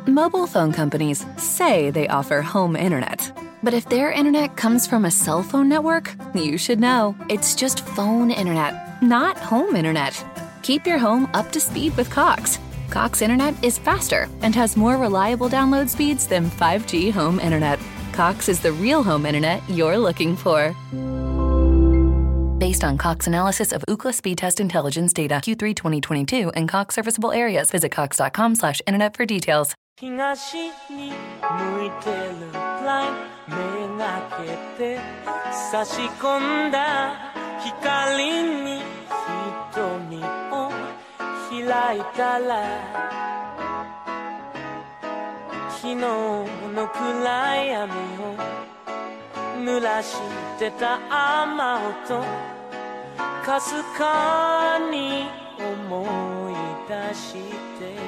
Mobile phone companies say they offer home internet. But if their internet comes from a cell phone network, you should know. It's just phone internet, not home internet. Keep your home up to speed with Cox. Cox internet is faster and has more reliable download speeds than 5G home internet. Cox is the real home internet you're looking for. Based on Cox analysis of Ookla speed test intelligence data Q3 2022 and Cox serviceable areas, visit cox.com/internet for details. 東に向いてるラインめがけて差し込んだ光に瞳を開いたら昨日の暗闇を濡らしてた雨音かすかに思い出して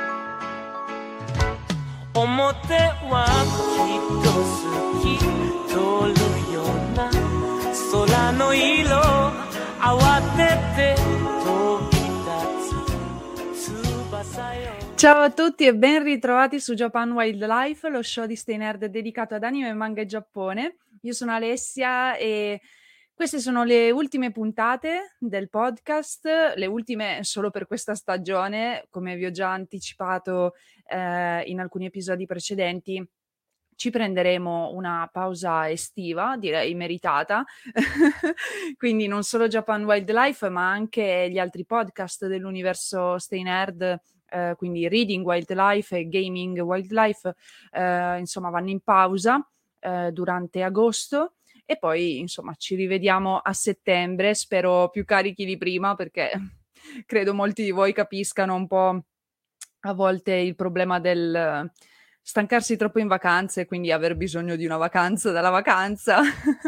表はきっと好き通るような空の色慌てて飛び立つ翼よ。 Ciao a tutti e ben ritrovati su Japan Wildlife, lo show di Stay Nerd dedicato ad anime, manga e Giappone. Io sono Alessia e queste sono le ultime puntate del podcast, le ultime solo per questa stagione, come vi ho già anticipato in alcuni episodi precedenti. Ci prenderemo una pausa estiva, direi meritata, quindi non solo Japan Wildlife, ma anche gli altri podcast dell'universo Stay Nerd, quindi Reading Wildlife e Gaming Wildlife, insomma vanno in pausa durante agosto e poi insomma ci rivediamo a settembre, spero più carichi di prima perché credo molti di voi capiscano un po' a volte il problema del stancarsi troppo in vacanze e quindi aver bisogno di una vacanza dalla vacanza.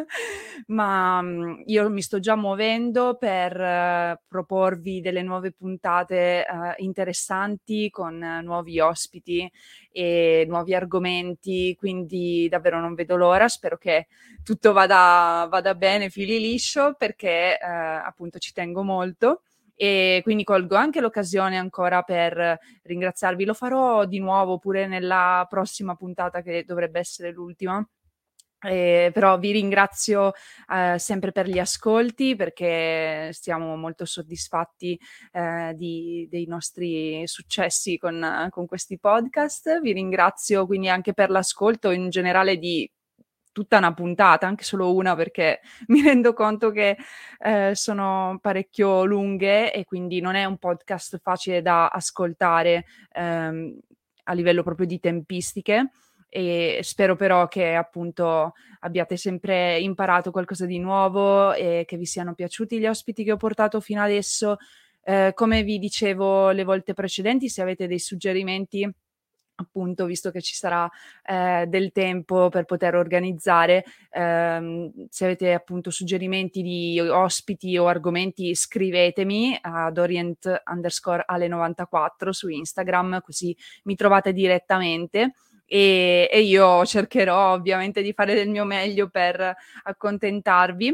Ma io mi sto già muovendo per proporvi delle nuove puntate interessanti con nuovi ospiti e nuovi argomenti, quindi davvero non vedo l'ora, spero che tutto vada bene, fili liscio, perché appunto ci tengo molto. E quindi colgo anche l'occasione ancora per ringraziarvi. Lo farò di nuovo pure nella prossima puntata che dovrebbe essere l'ultima. Però vi ringrazio sempre per gli ascolti perché stiamo molto soddisfatti dei nostri successi con questi podcast. Vi ringrazio quindi anche per l'ascolto in generale di tutta una puntata, anche solo una, perché mi rendo conto che sono parecchio lunghe e quindi non è un podcast facile da ascoltare a livello proprio di tempistiche. E spero però che appunto abbiate sempre imparato qualcosa di nuovo e che vi siano piaciuti gli ospiti che ho portato fino adesso. Come vi dicevo le volte precedenti, se avete dei suggerimenti, appunto, visto che ci sarà del tempo per poter organizzare, se avete appunto suggerimenti di ospiti o argomenti, scrivetemi ad orient_ale94 su Instagram, così mi trovate direttamente. E io cercherò ovviamente di fare del mio meglio per accontentarvi.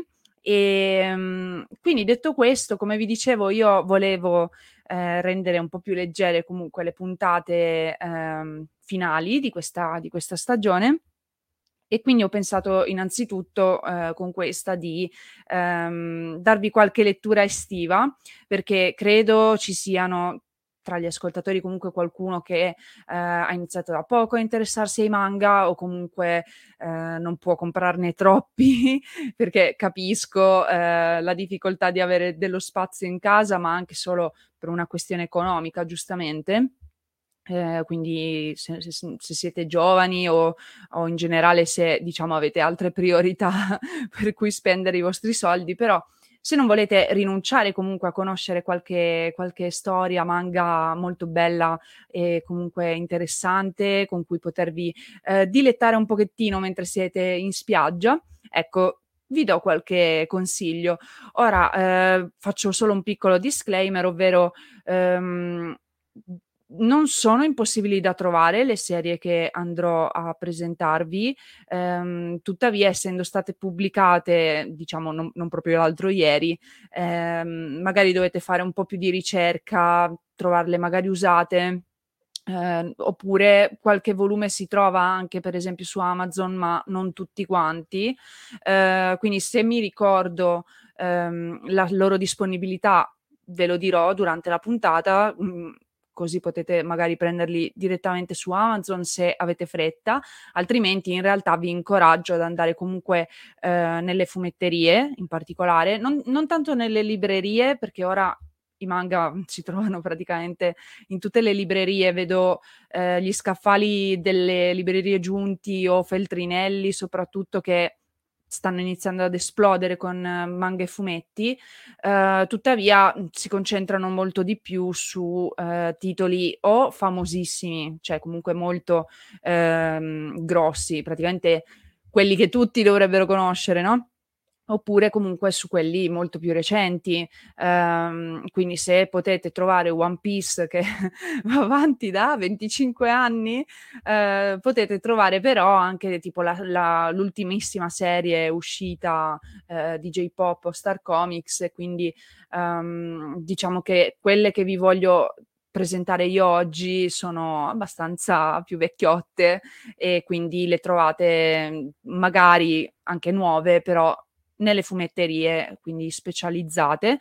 E quindi detto questo, come vi dicevo, io volevo rendere un po' più leggere comunque le puntate finali di questa stagione. E quindi ho pensato innanzitutto con questa di darvi qualche lettura estiva, perché credo ci siano tra gli ascoltatori comunque qualcuno che ha iniziato da poco a interessarsi ai manga o comunque non può comprarne troppi perché capisco la difficoltà di avere dello spazio in casa, ma anche solo per una questione economica, giustamente. Quindi se siete giovani o in generale se diciamo avete altre priorità per cui spendere i vostri soldi, però se non volete rinunciare comunque a conoscere qualche storia manga molto bella e comunque interessante con cui potervi dilettare un pochettino mentre siete in spiaggia, ecco, vi do qualche consiglio. Ora faccio solo un piccolo disclaimer, ovvero non sono impossibili da trovare le serie che andrò a presentarvi, tuttavia essendo state pubblicate, diciamo non proprio l'altro ieri, magari dovete fare un po' più di ricerca, trovarle magari usate, oppure qualche volume si trova anche per esempio su Amazon, ma non tutti quanti. Quindi se mi ricordo la loro disponibilità ve lo dirò durante la puntata, così potete magari prenderli direttamente su Amazon se avete fretta, altrimenti in realtà vi incoraggio ad andare comunque nelle fumetterie in particolare, non tanto nelle librerie, perché ora i manga si trovano praticamente in tutte le librerie, vedo gli scaffali delle librerie Giunti o Feltrinelli soprattutto che stanno iniziando ad esplodere con manga e fumetti, tuttavia si concentrano molto di più su titoli o famosissimi, cioè comunque molto grossi, praticamente quelli che tutti dovrebbero conoscere, no? Oppure comunque su quelli molto più recenti. Quindi se potete trovare One Piece che va avanti da 25 anni, potete trovare però anche tipo l'ultimissima serie uscita di J-Pop o Star Comics, e quindi diciamo che quelle che vi voglio presentare io oggi sono abbastanza più vecchiotte e quindi le trovate magari anche nuove, però nelle fumetterie, quindi specializzate.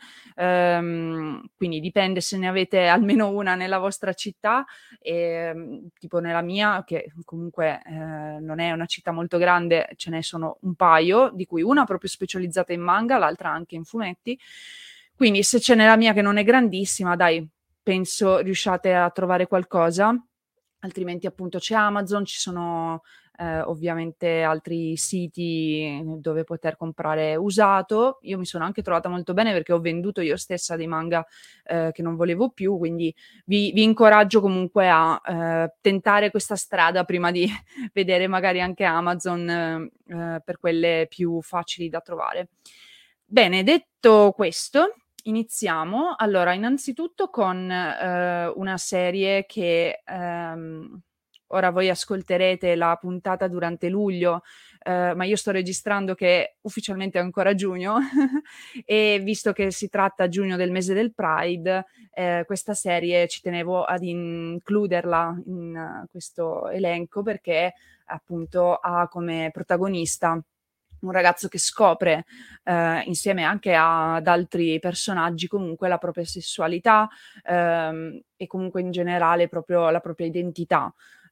Quindi dipende se ne avete almeno una nella vostra città, tipo nella mia, che comunque non è una città molto grande, ce ne sono un paio, di cui una proprio specializzata in manga, l'altra anche in fumetti. Quindi se c'è nella mia che non è grandissima, dai, penso riusciate a trovare qualcosa. Altrimenti appunto c'è Amazon, ci sono ovviamente altri siti dove poter comprare usato. Io mi sono anche trovata molto bene perché ho venduto io stessa dei manga che non volevo più, quindi vi incoraggio comunque a tentare questa strada prima di vedere magari anche Amazon per quelle più facili da trovare. Bene, detto questo, iniziamo. Allora, innanzitutto con una serie che ora voi ascolterete la puntata durante luglio, ma io sto registrando che ufficialmente è ancora giugno e visto che si tratta a giugno del mese del Pride, questa serie ci tenevo ad includerla in questo elenco perché appunto ha come protagonista un ragazzo che scopre insieme anche ad altri personaggi comunque la propria sessualità e comunque in generale proprio la propria identità.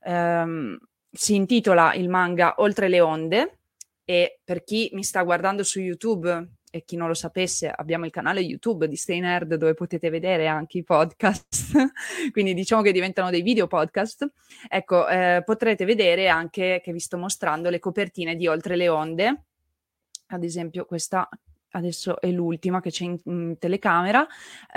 Si intitola il manga Oltre le onde e per chi mi sta guardando su YouTube e chi non lo sapesse, abbiamo il canale YouTube di Stay Nerd dove potete vedere anche i podcast, quindi diciamo che diventano dei video podcast. Ecco, potrete vedere anche che vi sto mostrando le copertine di Oltre le onde. Ad esempio questa adesso è l'ultima che c'è in telecamera.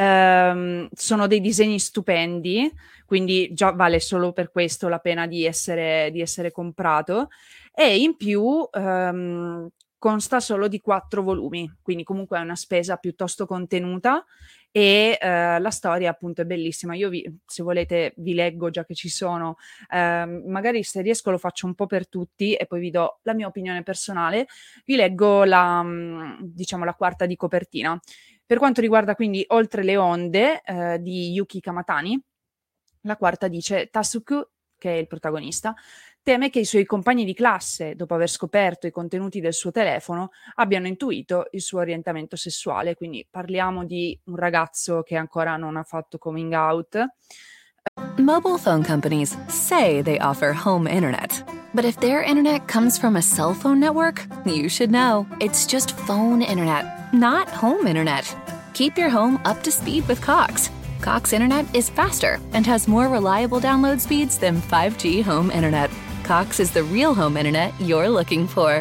Sono dei disegni stupendi, quindi già vale solo per questo la pena di essere comprato, e in più consta solo di 4 volumi, quindi comunque è una spesa piuttosto contenuta e la storia appunto è bellissima. Io se volete vi leggo già che ci sono, magari se riesco lo faccio un po' per tutti e poi vi do la mia opinione personale. Vi leggo diciamo la quarta di copertina. Per quanto riguarda quindi Oltre le onde di Yuki Kamatani, la quarta dice: Tasuku, che è il protagonista, teme che i suoi compagni di classe, dopo aver scoperto i contenuti del suo telefono, abbiano intuito il suo orientamento sessuale. Quindi parliamo di un ragazzo che ancora non ha fatto coming out. Mobile phone companies say they offer home internet. But if their internet comes from a cell phone network, you should know. It's just phone internet, not home internet. Keep your home up to speed with Cox. Cox Internet is faster and has more reliable download speeds than 5G home internet. Cox is the real home internet you're looking for.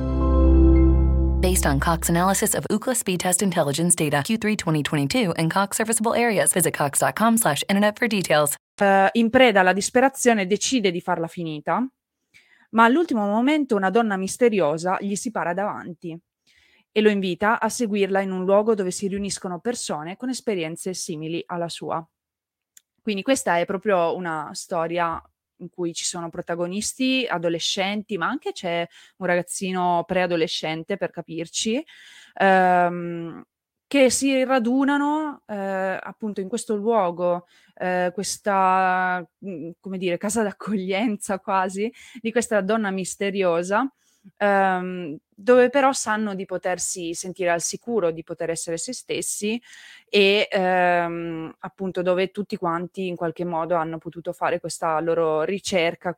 Based on Cox analysis of Ookla speed test intelligence data Q3 2022 and Cox serviceable areas, visit cox.com/internet for details. In preda alla disperazione decide di farla finita, ma all'ultimo momento una donna misteriosa gli si para davanti e lo invita a seguirla in un luogo dove si riuniscono persone con esperienze simili alla sua. Quindi questa è proprio una storia in cui ci sono protagonisti adolescenti, ma anche c'è un ragazzino preadolescente, per capirci, che si radunano appunto in questo luogo, questa, come dire, casa d'accoglienza quasi, di questa donna misteriosa, dove però sanno di potersi sentire al sicuro, di poter essere se stessi e appunto dove tutti quanti in qualche modo hanno potuto fare questa loro ricerca,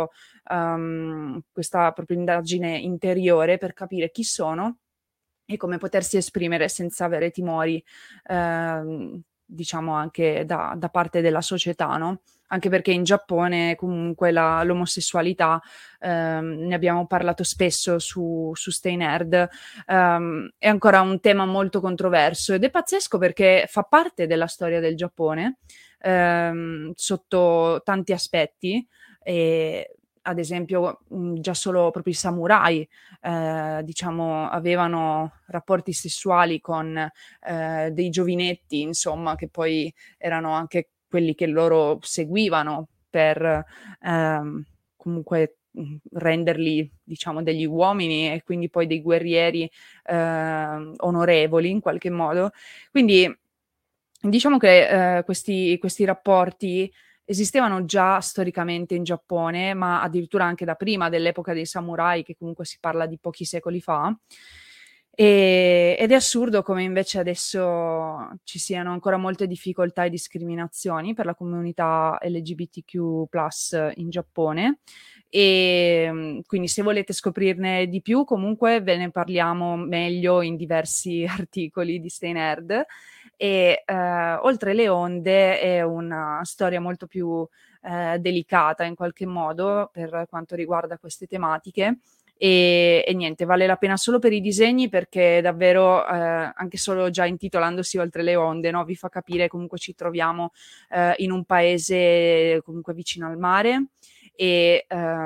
questa proprio indagine interiore per capire chi sono e come potersi esprimere senza avere timori, diciamo anche da parte della società, no, anche perché in Giappone comunque l'omosessualità, ne abbiamo parlato spesso su Stay Nerd, è ancora un tema molto controverso ed è pazzesco perché fa parte della storia del Giappone, sotto tanti aspetti, ad esempio, già solo proprio i samurai, diciamo avevano rapporti sessuali con, dei giovinetti, insomma, che poi erano anche quelli che loro seguivano per, comunque, renderli, diciamo, degli uomini e quindi poi dei guerrieri, onorevoli in qualche modo. Quindi diciamo che, questi rapporti esistevano già storicamente in Giappone, ma addirittura anche da prima dell'epoca dei samurai, che comunque si parla di pochi secoli fa. Ed è assurdo come invece adesso ci siano ancora molte difficoltà e discriminazioni per la comunità LGBTQ+ in Giappone. Quindi se volete scoprirne di più, comunque ve ne parliamo meglio in diversi articoli di Stay Nerd. Oltre le onde è una storia molto più delicata in qualche modo per quanto riguarda queste tematiche e niente, vale la pena solo per i disegni perché davvero anche solo già intitolandosi Oltre le onde, no, vi fa capire comunque ci troviamo in un paese comunque vicino al mare e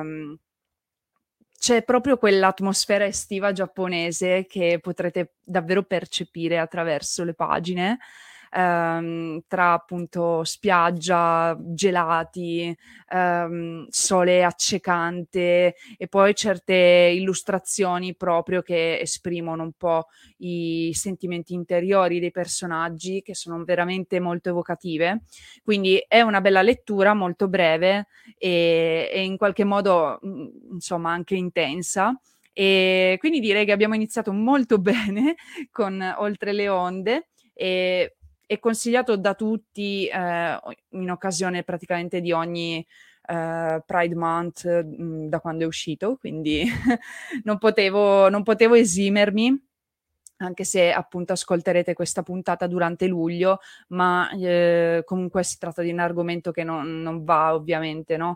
c'è proprio quell'atmosfera estiva giapponese che potrete davvero percepire attraverso le pagine, tra appunto spiaggia, gelati, sole accecante e poi certe illustrazioni proprio che esprimono un po' i sentimenti interiori dei personaggi, che sono veramente molto evocative. Quindi è una bella lettura, molto breve e in qualche modo, insomma anche intensa. E quindi direi che abbiamo iniziato molto bene con Oltre le onde e è consigliato da tutti in occasione praticamente di ogni Pride Month da quando è uscito, quindi non potevo esimermi, anche se appunto ascolterete questa puntata durante luglio, ma comunque si tratta di un argomento che non va ovviamente, no,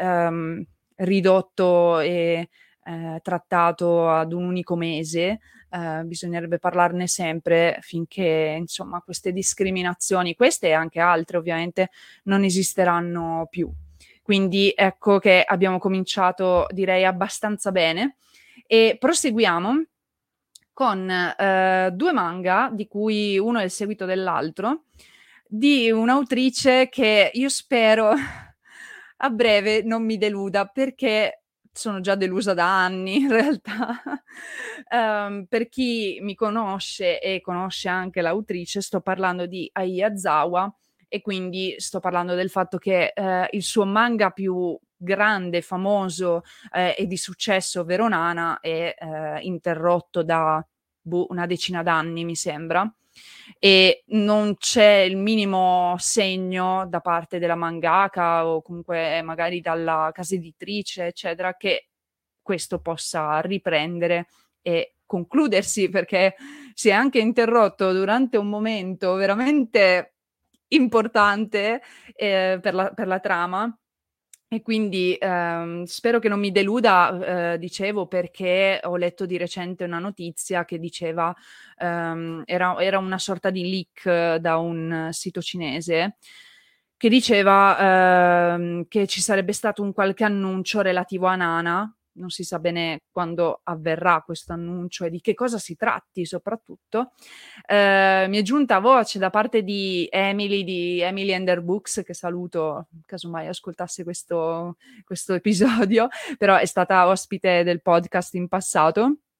ridotto e trattato ad un unico mese. Bisognerebbe parlarne sempre finché, insomma, queste discriminazioni, queste e anche altre ovviamente, non esisteranno più. Quindi ecco che abbiamo cominciato, direi, abbastanza bene e proseguiamo con 2 manga, di cui uno è il seguito dell'altro, di un'autrice che io spero a breve non mi deluda, perché sono già delusa da anni in realtà. Per chi mi conosce e conosce anche l'autrice, sto parlando di Ai Yazawa e quindi sto parlando del fatto che, il suo manga più grande, famoso, e di successo, ovvero Nana, è, interrotto da, una decina d'anni mi sembra, e non c'è il minimo segno da parte della mangaka o comunque magari dalla casa editrice, eccetera, che questo possa riprendere e concludersi, perché si è anche interrotto durante un momento veramente importante, per la trama e quindi, spero che non mi deluda, dicevo, perché ho letto di recente una notizia che diceva, era una sorta di leak da un sito cinese, che diceva, che ci sarebbe stato un qualche annuncio relativo a Nana. Non si sa bene quando avverrà questo annuncio e di che cosa si tratti soprattutto. Mi è giunta voce da parte di Emily and Her Books, che saluto casomai ascoltasse questo episodio, però è stata ospite del podcast in passato,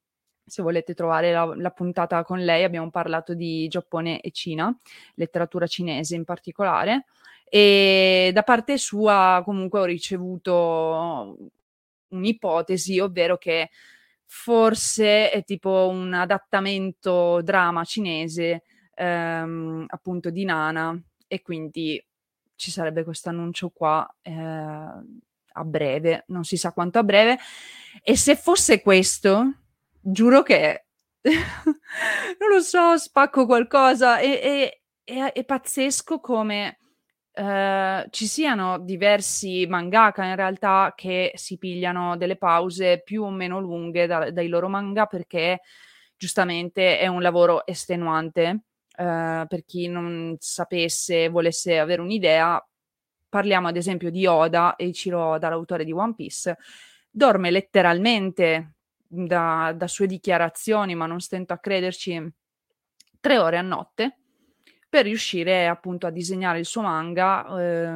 se volete trovare la puntata con lei, abbiamo parlato di Giappone e Cina, letteratura cinese in particolare, e da parte sua comunque ho ricevuto un'ipotesi, ovvero che forse è tipo un adattamento drama cinese, appunto di Nana, e quindi ci sarebbe questo annuncio qua a breve, non si sa quanto a breve. E se fosse questo, giuro che non lo so, spacco qualcosa. È pazzesco come ci siano diversi mangaka in realtà che si pigliano delle pause più o meno lunghe dai loro manga, perché giustamente è un lavoro estenuante. Per chi non sapesse, volesse avere un'idea, parliamo ad esempio di Oda, Eiichiro Oda, l'autore di One Piece, dorme letteralmente da sue dichiarazioni, ma non stento a crederci, 3 ore a notte per riuscire appunto a disegnare il suo manga,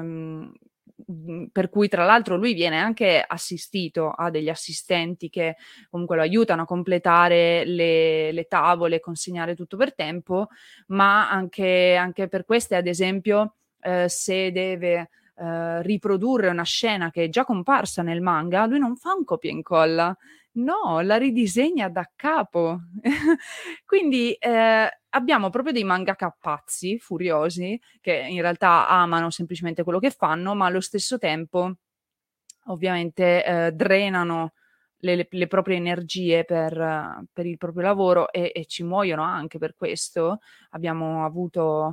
per cui tra l'altro lui viene anche assistito, ha degli assistenti che comunque lo aiutano a completare le tavole, consegnare tutto per tempo, ma anche per queste, ad esempio, se deve riprodurre una scena che è già comparsa nel manga, lui non fa un copia e incolla, no, la ridisegna da capo. Quindi abbiamo proprio dei mangaka pazzi, furiosi, che in realtà amano semplicemente quello che fanno, ma allo stesso tempo ovviamente drenano le proprie energie per il proprio lavoro, e ci muoiono anche per questo. Abbiamo avuto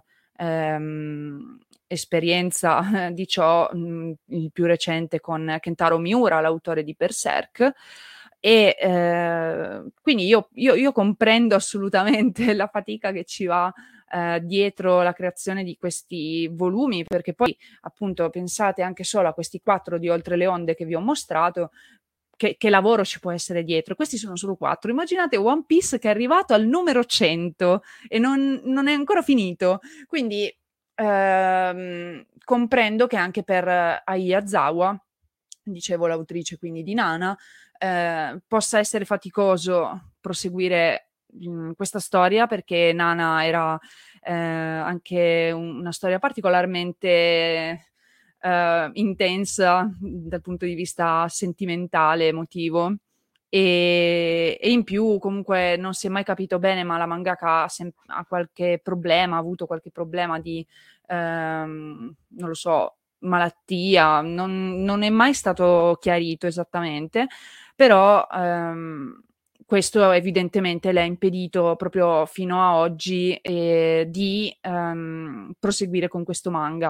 esperienza di ciò, il più recente con Kentaro Miura, l'autore di Berserk, e quindi io comprendo assolutamente la fatica che ci va dietro la creazione di questi volumi, perché poi appunto pensate anche solo a questi 4 di Oltre le onde che vi ho mostrato, che lavoro ci può essere dietro. Questi sono solo 4. Immaginate One Piece che è arrivato al numero 100 e non è ancora finito. Quindi comprendo che anche per Ai Yazawa, dicevo l'autrice quindi di Nana, possa essere faticoso proseguire questa storia, perché Nana era anche una storia particolarmente intensa dal punto di vista sentimentale, emotivo, e in più comunque non si è mai capito bene, ma la mangaka ha qualche problema, ha avuto qualche problema di non lo so, malattia, non è mai stato chiarito esattamente, però questo evidentemente le ha impedito proprio fino a oggi di proseguire con questo manga.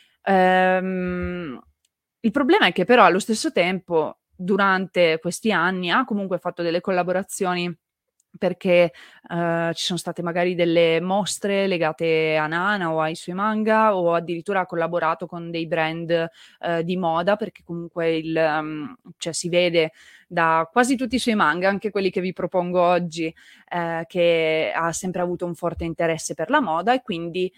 Il problema è che però allo stesso tempo, durante questi anni, ha comunque fatto delle collaborazioni, perché ci sono state magari delle mostre legate a Nana o ai suoi manga, o addirittura ha collaborato con dei brand di moda, perché comunque cioè si vede da quasi tutti i suoi manga, anche quelli che vi propongo oggi, che ha sempre avuto un forte interesse per la moda, e quindi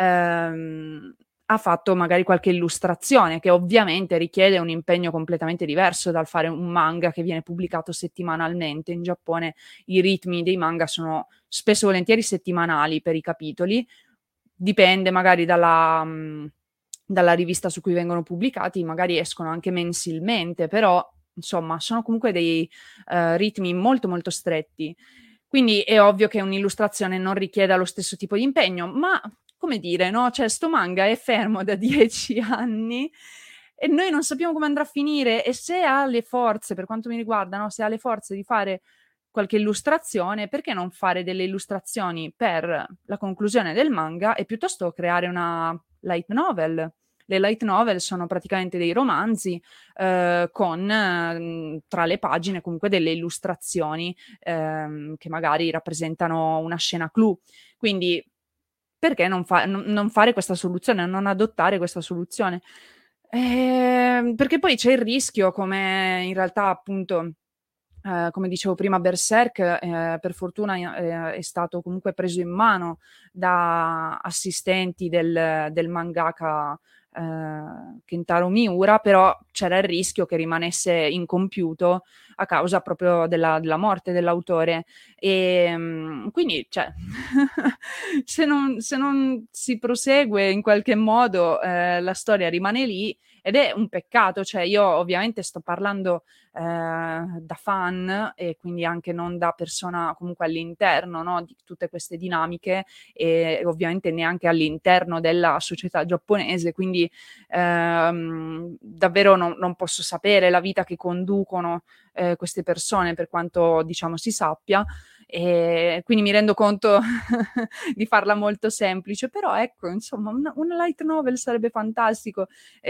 ha fatto magari qualche illustrazione, che ovviamente richiede un impegno completamente diverso dal fare un manga che viene pubblicato settimanalmente. In Giappone i ritmi dei manga sono spesso e volentieri settimanali per i capitoli, dipende magari dalla rivista su cui vengono pubblicati, magari escono anche mensilmente, però insomma sono comunque dei ritmi molto molto stretti. Quindi è ovvio che un'illustrazione non richieda lo stesso tipo di impegno, ma come dire, no? Cioè, sto manga è fermo da 10 anni e noi non sappiamo come andrà a finire, e se ha le forze, per quanto mi riguarda, no? Se ha le forze di fare qualche illustrazione, perché non fare delle illustrazioni per la conclusione del manga e piuttosto creare una light novel? Le light novel sono praticamente dei romanzi con tra le pagine comunque delle illustrazioni che magari rappresentano una scena clou. Quindi perché non fare questa soluzione, non adottare questa soluzione? Perché poi c'è il rischio, come in realtà appunto come dicevo prima, Berserk per fortuna è stato comunque preso in mano da assistenti del mangaka Kentaro Miura, però c'era il rischio che rimanesse incompiuto a causa proprio della morte dell'autore. Quindi, cioè, se non si prosegue in qualche modo, la storia rimane lì ed è un peccato. Cioè, io ovviamente sto parlando da fan e quindi anche non da persona comunque all'interno, no, di tutte queste dinamiche e ovviamente neanche all'interno della società giapponese, quindi davvero non posso sapere la vita che conducono queste persone, per quanto diciamo si sappia, e quindi mi rendo conto di farla molto semplice, però ecco, insomma, una light novel sarebbe fantastico.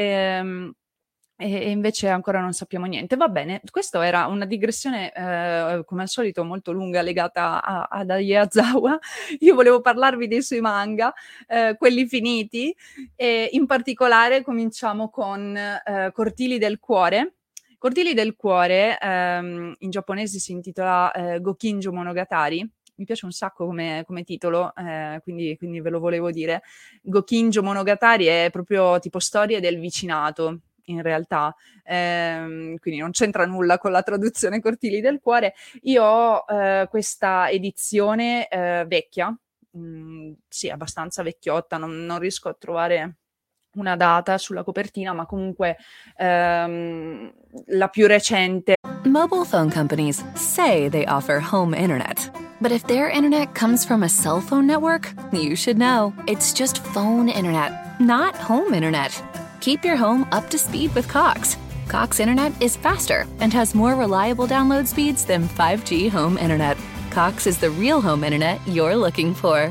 E invece ancora non sappiamo niente. Va bene, questo era una digressione, come al solito molto lunga legata ad Aiyazawa. Io volevo parlarvi dei suoi manga, quelli finiti, e in particolare cominciamo con Cortili del Cuore. Cortili del Cuore, in giapponese si intitola Gokinjo Monogatari. Mi piace un sacco come titolo, quindi ve lo volevo dire. Gokinjo Monogatari è proprio tipo storie del vicinato, in realtà, quindi non c'entra nulla con la traduzione Cortili del Cuore. Io ho questa edizione vecchia, sì, abbastanza vecchiotta, non riesco a trovare una data sulla copertina, ma comunque la più recente. Mobile phone companies say they offer home internet. But if their internet comes from a cell phone network, you should know. It's just phone internet, not home internet. Keep your home up to speed with Cox. Cox Internet is faster and has more reliable download speeds than 5G home internet. Cox is the real home internet you're looking for.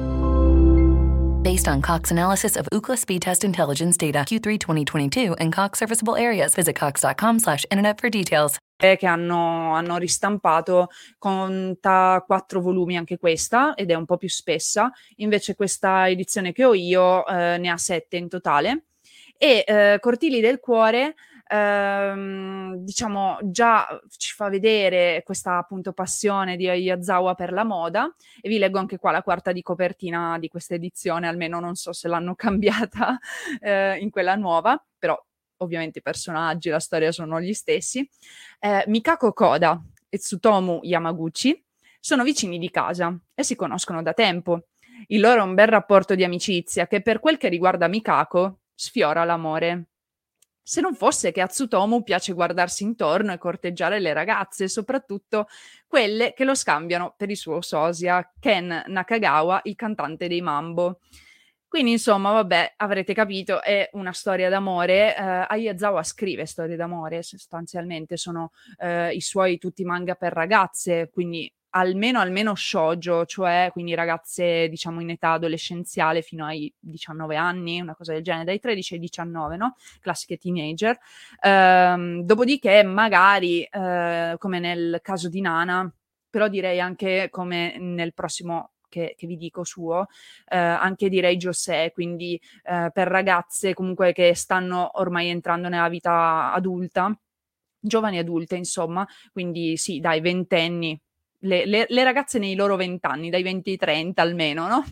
Based on Cox analysis of Ookla speed test intelligence data Q3 2022 and Cox serviceable areas, visit cox.com/internet for details. Che hanno ristampato, conta 4 volumi anche questa ed è un po' più spessa, invece questa edizione che ho io ne ha 7 in totale. E Cortili del Cuore, diciamo, già ci fa vedere questa appunto passione di Aiyazawa per la moda, e vi leggo anche qua la quarta di copertina di questa edizione, almeno non so se l'hanno cambiata in quella nuova, però ovviamente i personaggi e la storia sono gli stessi. Mikako Koda e Tsutomu Yamaguchi sono vicini di casa e si conoscono da tempo. Il loro è un bel rapporto di amicizia che, per quel che riguarda Mikako, sfiora l'amore. Se non fosse che a Tsutomu piace guardarsi intorno e corteggiare le ragazze, soprattutto quelle che lo scambiano per il suo sosia, Ken Nakagawa, il cantante dei Mambo. Quindi, insomma, vabbè, avrete capito, è una storia d'amore. Aiyazawa scrive storie d'amore, sostanzialmente sono i suoi tutti manga per ragazze, quindi almeno shoujo, cioè quindi ragazze diciamo in età adolescenziale fino ai 19 anni, una cosa del genere, dai 13 ai 19, no? Classiche teenager. Dopodiché magari, come nel caso di Nana, però direi anche come nel prossimo che vi dico suo, anche direi José, quindi per ragazze comunque che stanno ormai entrando nella vita adulta, giovani adulte insomma, quindi sì, dai, ventenni, le ragazze nei loro 20 anni, dai 20 ai 30 almeno, no?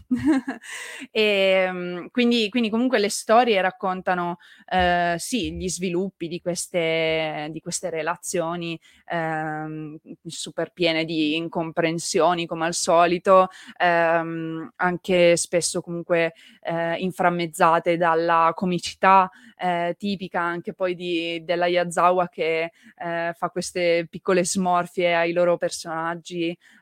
Quindi comunque le storie raccontano sì, gli sviluppi di queste relazioni super piene di incomprensioni come al solito, anche spesso comunque inframmezzate dalla comicità tipica anche poi della Aiyazawa, che fa queste piccole smorfie ai loro personaggi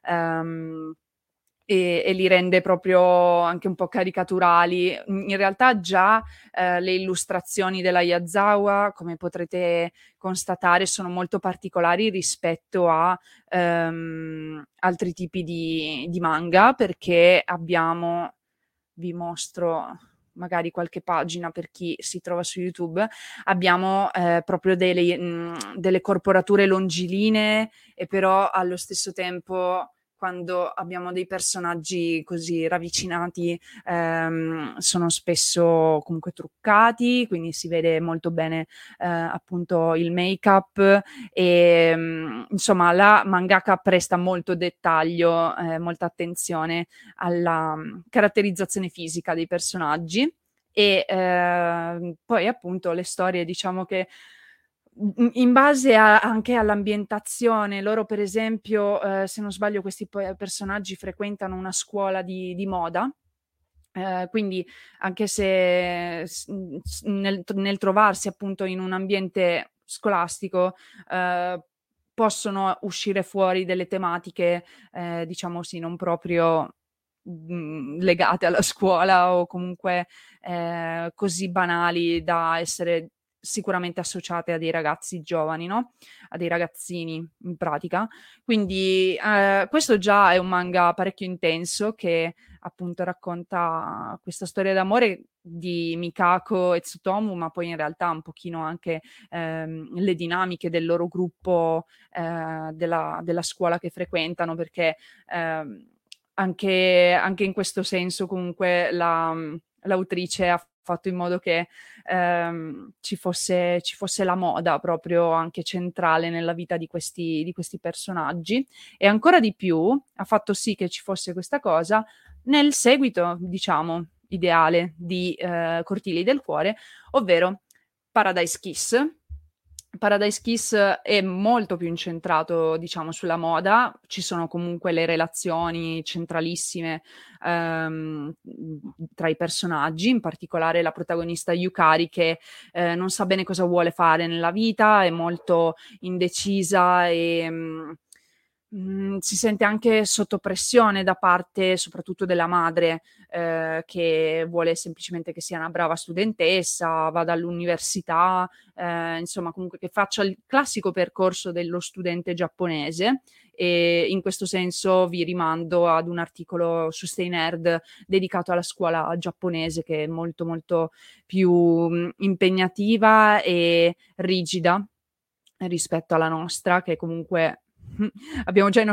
e li rende proprio anche un po' caricaturali. In realtà già le illustrazioni della Aiyazawa, come potrete constatare, sono molto particolari rispetto a altri tipi di manga, perché abbiamo, vi mostro magari qualche pagina per chi si trova su YouTube, abbiamo proprio delle corporature longilinee, e però allo stesso tempo, quando abbiamo dei personaggi così ravvicinati, sono spesso comunque truccati, quindi si vede molto bene appunto il make-up e insomma la mangaka presta molto dettaglio, molta attenzione alla caratterizzazione fisica dei personaggi. e poi appunto le storie, diciamo che in base anche all'ambientazione, loro per esempio, se non sbaglio questi personaggi frequentano una scuola di moda, quindi anche se nel trovarsi appunto in un ambiente scolastico, ehm, possono uscire fuori delle tematiche, diciamo sì, non proprio, legate alla scuola o comunque, così banali da essere sicuramente associate a dei ragazzi giovani, no, a dei ragazzini in pratica. Quindi, questo già è un manga parecchio intenso che appunto racconta questa storia d'amore di Mikako e Tsutomu, ma poi in realtà un pochino anche, le dinamiche del loro gruppo, della scuola che frequentano, perché, anche in questo senso comunque l'autrice ha fatto in modo che, ci fosse la moda proprio anche centrale nella vita di questi personaggi, e ancora di più ha fatto sì che ci fosse questa cosa nel seguito, diciamo, ideale di, Cortili del cuore, ovvero Paradise Kiss. Paradise Kiss è molto più incentrato, diciamo, sulla moda. Ci sono comunque le relazioni centralissime, tra i personaggi, in particolare la protagonista Yukari che, non sa bene cosa vuole fare nella vita, è molto indecisa e, si sente anche sotto pressione da parte soprattutto della madre, che vuole semplicemente che sia una brava studentessa, vada all'università, insomma comunque che faccia il classico percorso dello studente giapponese, e in questo senso vi rimando ad un articolo su Stay Nerd dedicato alla scuola giapponese, che è molto, molto più, impegnativa e rigida rispetto alla nostra, che comunque abbiamo già i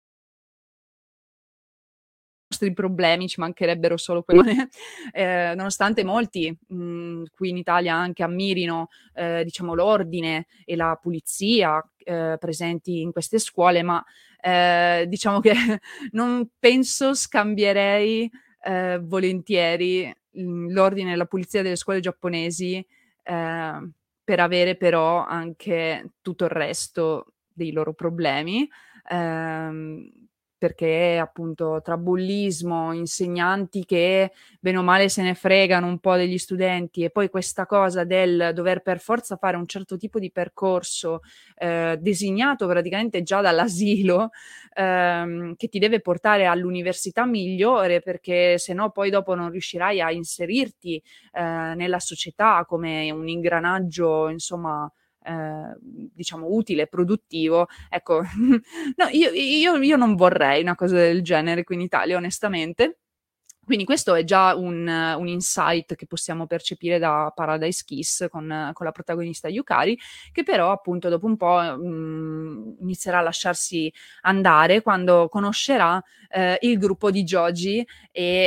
nostri problemi, ci mancherebbero solo quelle, nonostante molti, qui in Italia anche ammirino, diciamo l'ordine e la pulizia, presenti in queste scuole, ma, diciamo che non penso scambierei, volentieri, l'ordine e la pulizia delle scuole giapponesi, per avere però anche tutto il resto dei loro problemi, ehm, perché appunto tra bullismo, insegnanti che bene o male se ne fregano un po' degli studenti, e poi questa cosa del dover per forza fare un certo tipo di percorso, designato praticamente già dall'asilo, che ti deve portare all'università migliore, perché se no poi dopo non riuscirai a inserirti, nella società come un ingranaggio, insomma, diciamo utile, produttivo. Ecco, no, io non vorrei una cosa del genere qui in Italia, onestamente. Quindi questo è già un insight che possiamo percepire da Paradise Kiss con la protagonista Yukari, che però appunto dopo un po', inizierà a lasciarsi andare quando conoscerà, il gruppo di Joji e,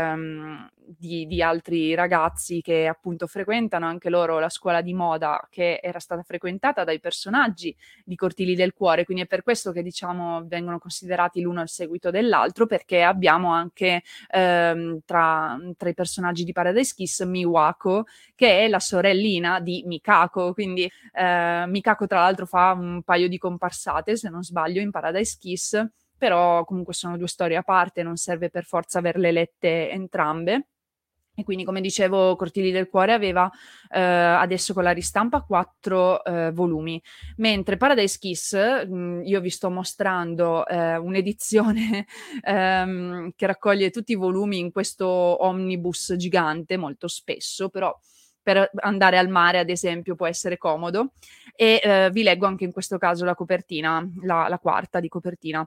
di altri ragazzi che appunto frequentano anche loro la scuola di moda che era stata frequentata dai personaggi di Cortili del cuore. Quindi è per questo che diciamo vengono considerati l'uno al seguito dell'altro, perché abbiamo anche, tra i personaggi di Paradise Kiss Miwako, che è la sorellina di Mikako. Quindi Mikako tra l'altro fa un paio di comparsate, se non sbaglio, in Paradise Kiss, però comunque sono due storie a parte, non serve per forza averle lette entrambe. E quindi, come dicevo, Cortili del cuore aveva, adesso con la ristampa 4, volumi, mentre Paradise Kiss, io vi sto mostrando, un'edizione, che raccoglie tutti i volumi in questo omnibus gigante, molto spesso, però per andare al mare, ad esempio, può essere comodo, e, vi leggo anche in questo caso la copertina, la quarta di copertina.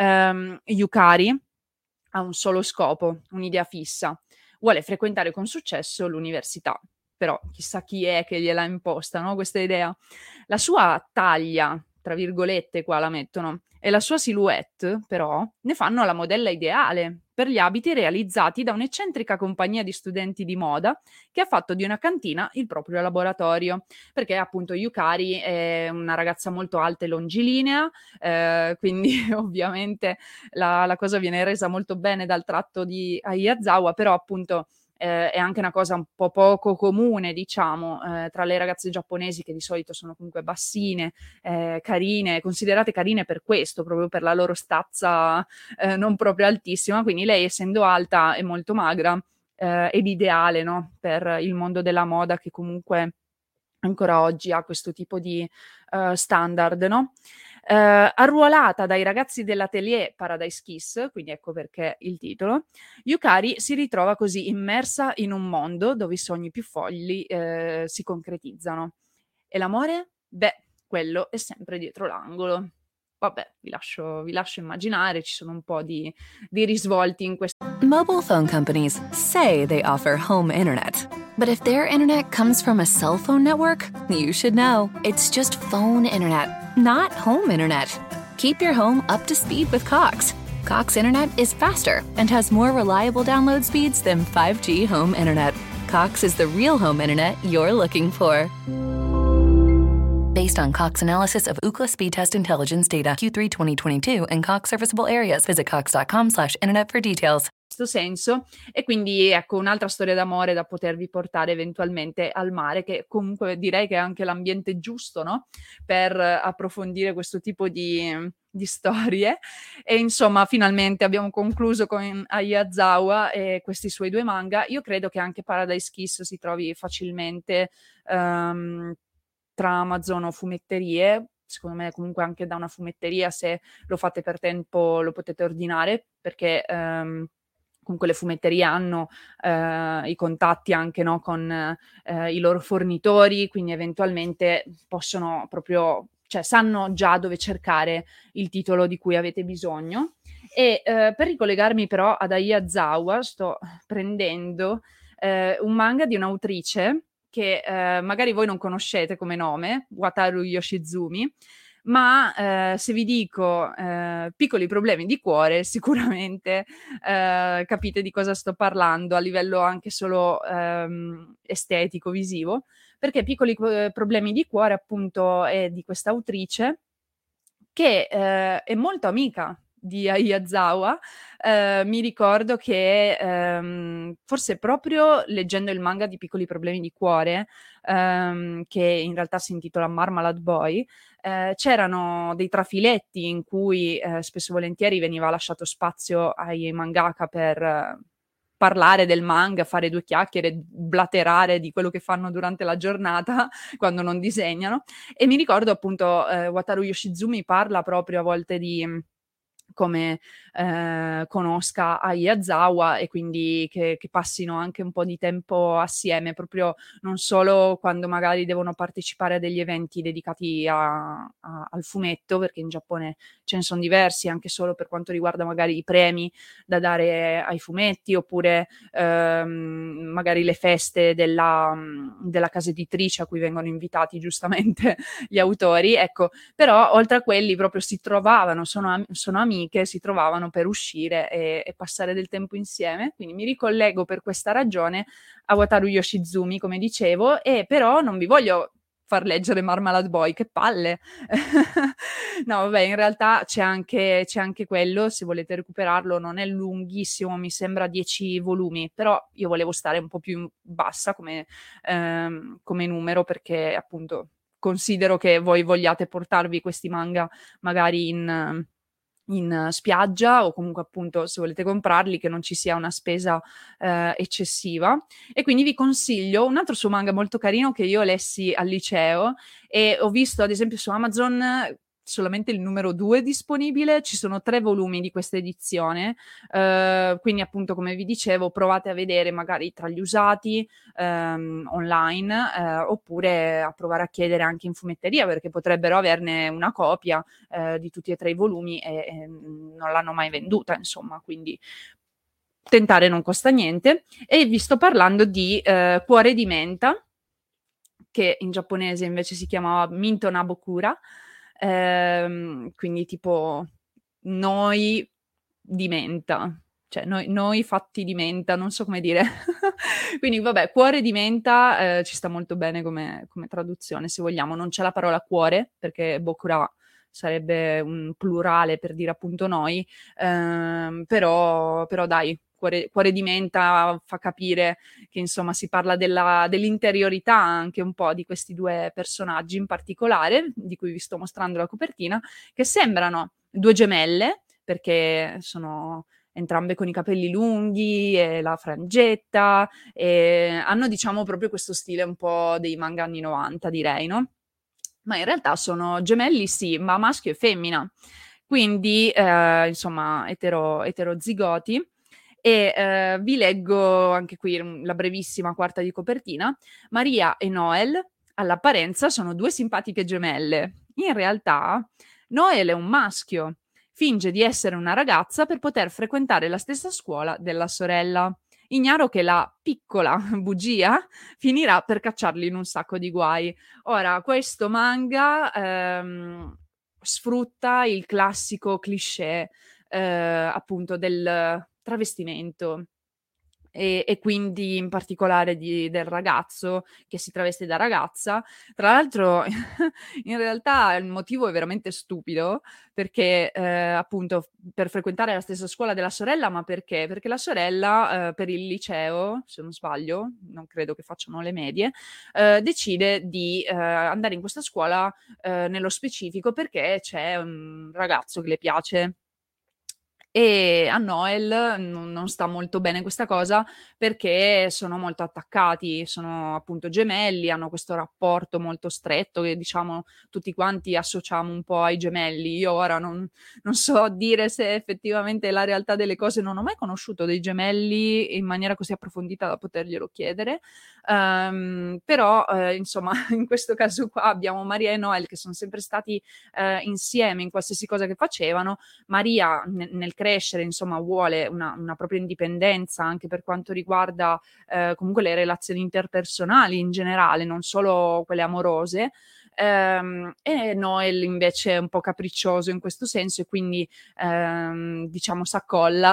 Yukari ha un solo scopo, un'idea fissa: vuole frequentare con successo l'università. Però chissà chi è che gliel'ha imposta, no, questa idea. La sua "taglia", tra virgolette qua la mettono, e la sua silhouette però ne fanno la modella ideale per gli abiti realizzati da un'eccentrica compagnia di studenti di moda che ha fatto di una cantina il proprio laboratorio, perché appunto Yukari è una ragazza molto alta e longilinea, quindi ovviamente la cosa viene resa molto bene dal tratto di Ayazawa, però appunto è anche una cosa un po' poco comune, diciamo, tra le ragazze giapponesi, che di solito sono comunque bassine, carine, considerate carine per questo, proprio per la loro stazza non proprio altissima, quindi lei, essendo alta e molto magra, è l'ideale, no, per il mondo della moda, che comunque ancora oggi ha questo tipo di standard, no? Arruolata dai ragazzi dell'atelier Paradise Kiss, quindi ecco perché il titolo, Yukari si ritrova così immersa in un mondo dove i sogni più folli si concretizzano. E l'amore? Beh, quello è sempre dietro l'angolo. Vabbè, vi lascio immaginare, ci sono un po' di risvolti in questo. Mobile phone companies say they offer home internet. But if their internet comes from a cell phone network, you should know. It's just phone internet, not home internet. Keep your home up to speed with Cox. Cox internet is faster and has more reliable download speeds than 5G home internet. Cox is the real home internet you're looking for. Based on Cox analysis of Ookla speed test intelligence data Q3 2022 and Cox serviceable areas, visit cox.com/internet for details. Senso, e quindi ecco un'altra storia d'amore da potervi portare eventualmente al mare, che comunque direi che è anche l'ambiente giusto, no? Per approfondire questo tipo di storie. E insomma, finalmente abbiamo concluso con Aiyazawa e questi suoi 2 manga. Io credo che anche Paradise Kiss si trovi facilmente tra Amazon o fumetterie. Secondo me comunque anche da una fumetteria, se lo fate per tempo, lo potete ordinare, perché comunque le fumetterie hanno i contatti anche, no, con i loro fornitori, quindi eventualmente possono proprio, cioè sanno già dove cercare il titolo di cui avete bisogno. E per ricollegarmi però ad Aiyazawa, sto prendendo un manga di un'autrice che magari voi non conoscete come nome, Wataru Yoshizumi, ma se vi dico piccoli problemi di cuore, sicuramente capite di cosa sto parlando a livello anche solo estetico, visivo, perché piccoli problemi di cuore appunto è di questa autrice che è molto amica di Aiyazawa. Mi ricordo che forse proprio leggendo il manga di Piccoli problemi di cuore, che in realtà si intitola Marmalade Boy, c'erano dei trafiletti in cui spesso e volentieri veniva lasciato spazio ai mangaka per parlare del manga, fare 2 chiacchiere, blaterare di quello che fanno durante la giornata quando non disegnano. E mi ricordo appunto Wataru Yoshizumi parla proprio a volte di come conosca Aiyazawa, e quindi che passino anche un po' di tempo assieme, proprio non solo quando magari devono partecipare a degli eventi dedicati al fumetto, perché in Giappone ce ne sono diversi, anche solo per quanto riguarda magari i premi da dare ai fumetti, oppure magari le feste della casa editrice a cui vengono invitati giustamente gli autori, ecco. Però oltre a quelli proprio si trovavano, sono amiche, si trovavano per uscire e passare del tempo insieme, quindi mi ricollego per questa ragione a Wataru Yoshizumi, come dicevo, e però non vi voglio far leggere Marmalade Boy, che palle! No, vabbè, in realtà c'è anche quello, se volete recuperarlo, non è lunghissimo, mi sembra 10 volumi, però io volevo stare un po' più bassa come numero, perché appunto considero che voi vogliate portarvi questi manga magari in spiaggia, o comunque appunto se volete comprarli che non ci sia una spesa eccessiva. E quindi vi consiglio un altro suo manga molto carino che io lessi al liceo, e ho visto ad esempio su Amazon solamente il numero 2 disponibile. Ci sono 3 volumi di questa edizione, quindi appunto, come vi dicevo, provate a vedere magari tra gli usati online, oppure a provare a chiedere anche in fumetteria, perché potrebbero averne una copia di tutti e 3 i volumi e non l'hanno mai venduta, insomma, quindi tentare non costa niente. E vi sto parlando di Cuore di menta, che in giapponese invece si chiamava Minto Nabokura, quindi tipo noi di menta, cioè noi fatti di menta, non so come dire. Quindi vabbè, Cuore di menta ci sta molto bene come traduzione, se vogliamo. Non c'è la parola cuore, perché bokura sarebbe un plurale per dire appunto noi, però dai, Cuore di menta fa capire che insomma si parla dell'interiorità anche un po' di questi due personaggi in particolare, di cui vi sto mostrando la copertina, che sembrano due gemelle, perché sono entrambe con i capelli lunghi e la frangetta, e hanno diciamo proprio questo stile un po' dei manga anni 90 direi, no? Ma in realtà sono gemelli sì, ma maschio e femmina, quindi insomma eterozigoti. E vi leggo anche qui la brevissima quarta di copertina. Maria e Noel all'apparenza sono due simpatiche gemelle. In realtà Noel è un maschio, finge di essere una ragazza per poter frequentare la stessa scuola della sorella, ignaro che la piccola bugia finirà per cacciarli in un sacco di guai. Ora, questo manga sfrutta il classico cliché appunto del travestimento e quindi in particolare del ragazzo che si traveste da ragazza. Tra l'altro in realtà il motivo è veramente stupido perché appunto per frequentare la stessa scuola della sorella, ma perché? Perché la sorella per il liceo, se non sbaglio, non credo che facciano le medie, decide di andare in questa scuola nello specifico perché c'è un ragazzo che le piace. E a Noel non sta molto bene questa cosa perché sono molto attaccati, sono appunto gemelli, hanno questo rapporto molto stretto che diciamo tutti quanti associamo un po' ai gemelli. Io ora non so dire se effettivamente è la realtà delle cose, non ho mai conosciuto dei gemelli in maniera così approfondita da poterglielo chiedere, però insomma in questo caso qua abbiamo Maria e Noel che sono sempre stati insieme in qualsiasi cosa che facevano. Maria nel crescere, insomma, vuole una propria indipendenza anche per quanto riguarda comunque le relazioni interpersonali in generale, non solo quelle amorose. E Noel invece è un po' capriccioso in questo senso e quindi diciamo s'accolla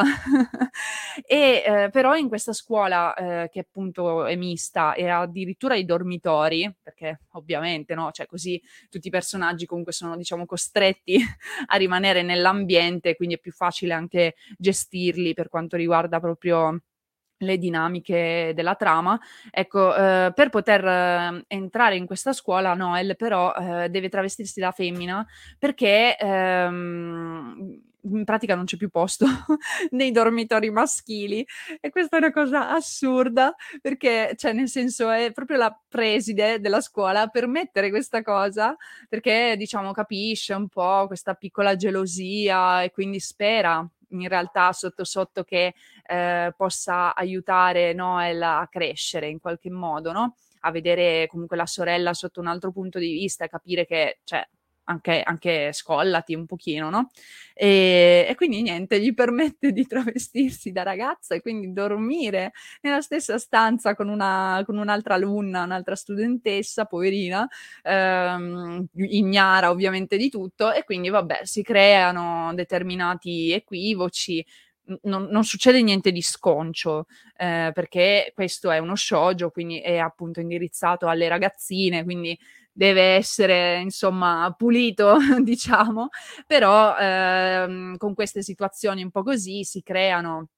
e però in questa scuola che appunto è mista e ha addirittura i dormitori, perché ovviamente no, cioè così tutti i personaggi comunque sono diciamo costretti a rimanere nell'ambiente, quindi è più facile anche gestirli per quanto riguarda proprio le dinamiche della trama. Ecco, per poter entrare in questa scuola Noel però deve travestirsi da femmina perché in pratica non c'è più posto nei dormitori maschili e questa è una cosa assurda perché, cioè nel senso è proprio la preside della scuola a permettere questa cosa perché diciamo capisce un po' questa piccola gelosia e quindi spera in realtà sotto sotto che possa aiutare Noel a crescere in qualche modo, no? A vedere comunque la sorella sotto un altro punto di vista e capire che, cioè, anche scollati un pochino, no? E quindi niente, gli permette di travestirsi da ragazza e quindi dormire nella stessa stanza con un'altra alunna, un'altra studentessa, poverina, ignara ovviamente di tutto e quindi vabbè, si creano determinati equivoci. Non succede niente di sconcio, perché questo è uno shoujo, quindi è appunto indirizzato alle ragazzine, quindi deve essere insomma pulito diciamo, però con queste situazioni un po' così si creano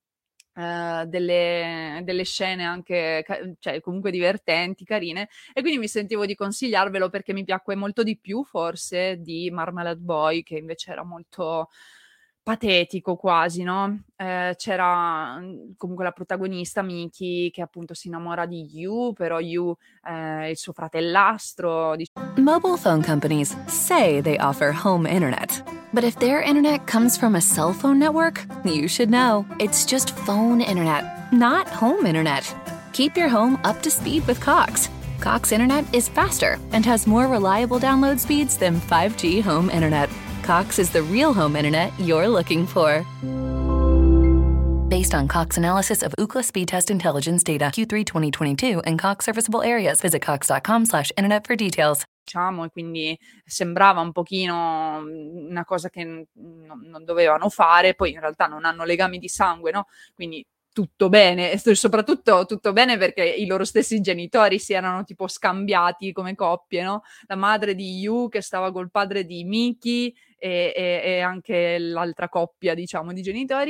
delle scene anche cioè comunque divertenti, carine e quindi mi sentivo di consigliarvelo perché mi piacque molto di più forse di Marmalade Boy che invece era molto patetico quasi, no, c'era, comunque la protagonista Miki che appunto si innamora di Yu, però Yu è il suo fratellastro. Mobile phone companies say they offer home internet. But if their internet comes from a cell phone network, you should know. It's just phone internet, not home internet. Keep your home up to speed with Cox. Cox internet is faster and has more reliable download speeds than 5G home internet. Cox is the real home internet you're looking for. Based on Cox analysis of Ookla speed test intelligence data Q3 2022 and Cox serviceable areas, visit cox.com/internet for details. Diciamo, e quindi sembrava un pochino una cosa che non dovevano fare, poi in realtà non hanno legami di sangue, no? Quindi tutto bene, e soprattutto tutto bene perché i loro stessi genitori si erano tipo scambiati come coppie, no? La madre di Yu che stava col padre di Miki e anche l'altra coppia, diciamo, di genitori.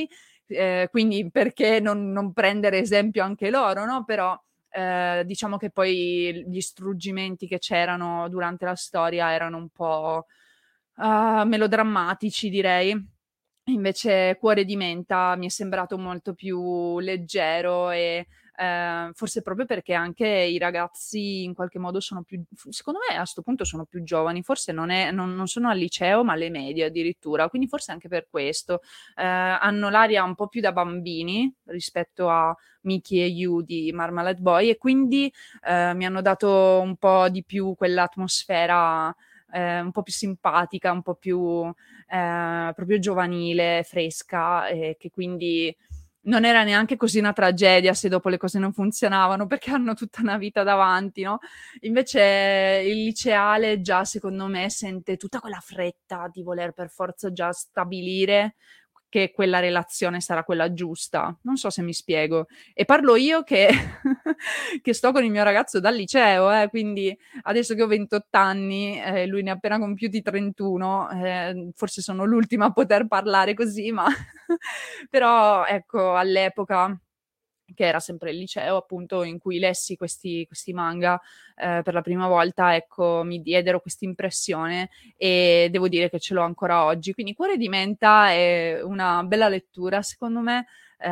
quindi perché non prendere esempio anche loro, no? Però diciamo che poi gli struggimenti che c'erano durante la storia erano un po' melodrammatici, direi. Invece Cuore di menta mi è sembrato molto più leggero e forse proprio perché anche i ragazzi in qualche modo sono più, secondo me a sto punto sono più giovani, forse non sono al liceo ma alle medie addirittura, quindi forse anche per questo hanno l'aria un po' più da bambini rispetto a Mickey e You di Marmalade Boy, e quindi mi hanno dato un po' di più quell'atmosfera un po' più simpatica, un po' più proprio giovanile, fresca, che quindi non era neanche così una tragedia se dopo le cose non funzionavano, perché hanno tutta una vita davanti, no? Invece il liceale già secondo me sente tutta quella fretta di voler per forza già stabilire che quella relazione sarà quella giusta. Non so se mi spiego. E parlo io che, che sto con il mio ragazzo dal liceo, quindi adesso che ho 28 anni, lui ne ha appena compiuti 31, forse sono l'ultima a poter parlare così, ma però ecco, all'epoca, che era sempre il liceo appunto, in cui lessi questi manga per la prima volta, ecco, mi diedero questa impressione e devo dire che ce l'ho ancora oggi. Quindi Cuore di menta è una bella lettura, secondo me,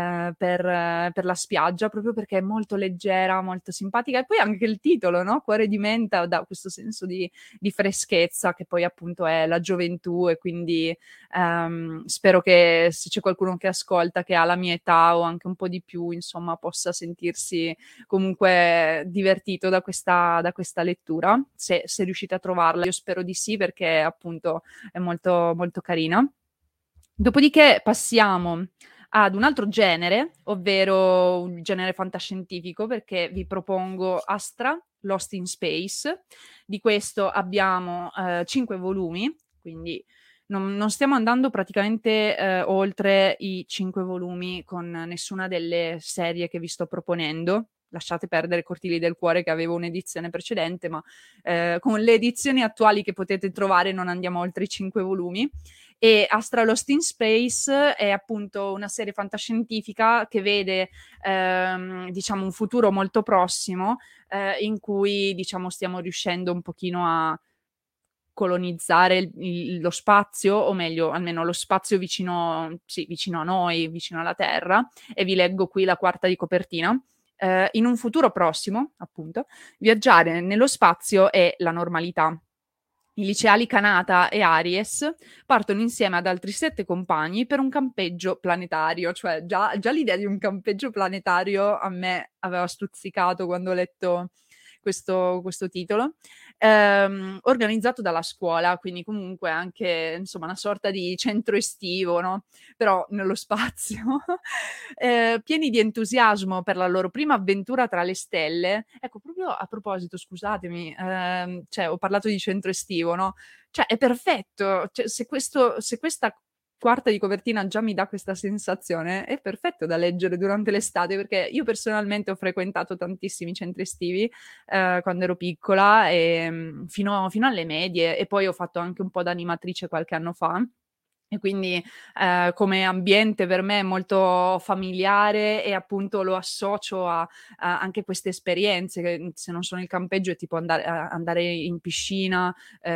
per la spiaggia, proprio perché è molto leggera, molto simpatica, e poi anche il titolo, no? Cuore di menta dà questo senso di freschezza che poi appunto è la gioventù, e quindi spero che se c'è qualcuno che ascolta che ha la mia età o anche un po' di più, insomma, possa sentirsi comunque divertito da questa lettura, se riuscite a trovarla. Io spero di sì, perché appunto è molto, molto carina. Dopodiché passiamo ad un altro genere, ovvero un genere fantascientifico, perché vi propongo Astra, Lost in Space. Di questo abbiamo 5 volumi, quindi non stiamo andando praticamente oltre i 5 volumi con nessuna delle serie che vi sto proponendo. Lasciate perdere Cortili del Cuore, che avevo un'edizione precedente, ma con le edizioni attuali che potete trovare non andiamo oltre i 5 volumi. E Astra Lost in Space è appunto una serie fantascientifica che vede diciamo un futuro molto prossimo, in cui diciamo stiamo riuscendo un pochino a colonizzare lo spazio, o meglio almeno lo spazio vicino a noi, vicino alla Terra, e vi leggo qui la quarta di copertina. In un futuro prossimo, appunto, viaggiare nello spazio è la normalità. I liceali Kanata e Aries partono insieme ad altri 7 compagni per un campeggio planetario. Cioè già l'idea di un campeggio planetario a me aveva stuzzicato quando ho letto questo titolo, organizzato dalla scuola, quindi comunque anche insomma una sorta di centro estivo, no? Però nello spazio, pieni di entusiasmo per la loro prima avventura tra le stelle. Ecco, proprio a proposito, scusatemi, cioè ho parlato di centro estivo, no? Cioè è perfetto, cioè, se questa quarta di copertina già mi dà questa sensazione, è perfetto da leggere durante l'estate, perché io personalmente ho frequentato tantissimi centri estivi quando ero piccola, e fino alle medie, e poi ho fatto anche un po' da animatrice qualche anno fa. E quindi come ambiente per me è molto familiare, e appunto lo associo a anche queste esperienze, che se non sono il campeggio è tipo andare in piscina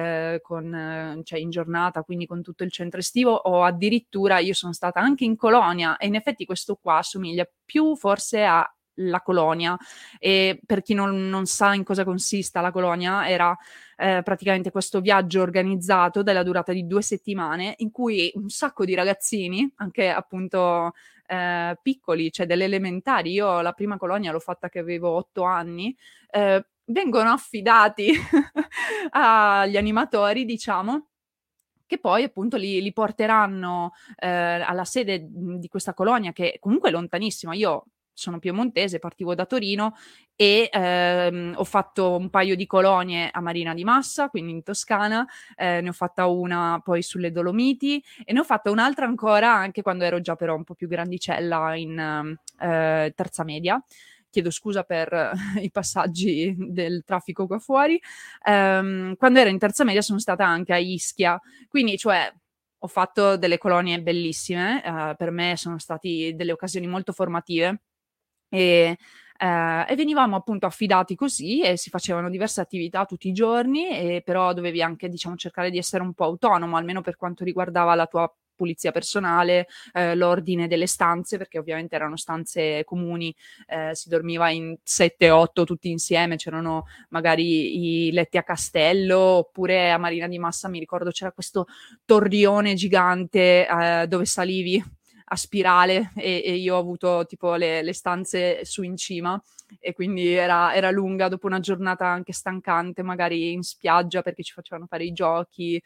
cioè in giornata, quindi con tutto il centro estivo, o addirittura io sono stata anche in colonia, e in effetti questo qua assomiglia più forse a la colonia. E per chi non sa in cosa consista la colonia, era praticamente questo viaggio organizzato della durata di 2 settimane, in cui un sacco di ragazzini, anche appunto piccoli, cioè delle elementari, io la prima colonia l'ho fatta che avevo 8 anni, vengono affidati agli animatori, diciamo, che poi appunto li porteranno alla sede di questa colonia, che comunque è lontanissima. Io sono piemontese, partivo da Torino, e ho fatto un paio di colonie a Marina di Massa, quindi in Toscana, ne ho fatta una poi sulle Dolomiti, e ne ho fatta un'altra ancora anche quando ero già però un po' più grandicella, in terza media. Chiedo scusa per i passaggi del traffico qua fuori. Quando ero in terza media sono stata anche a Ischia, quindi cioè ho fatto delle colonie bellissime, per me sono stati delle occasioni molto formative e e venivamo appunto affidati così e si facevano diverse attività tutti i giorni, però dovevi anche, diciamo, cercare di essere un po' autonomo, almeno per quanto riguardava la tua pulizia personale, l'ordine delle stanze, perché ovviamente erano stanze comuni, si dormiva in 7, 8 tutti insieme, c'erano magari i letti a castello, oppure a Marina di Massa mi ricordo c'era questo torrione gigante, dove salivi a spirale e io ho avuto tipo le stanze su in cima e quindi era lunga dopo una giornata anche stancante, magari in spiaggia perché ci facevano fare i giochi,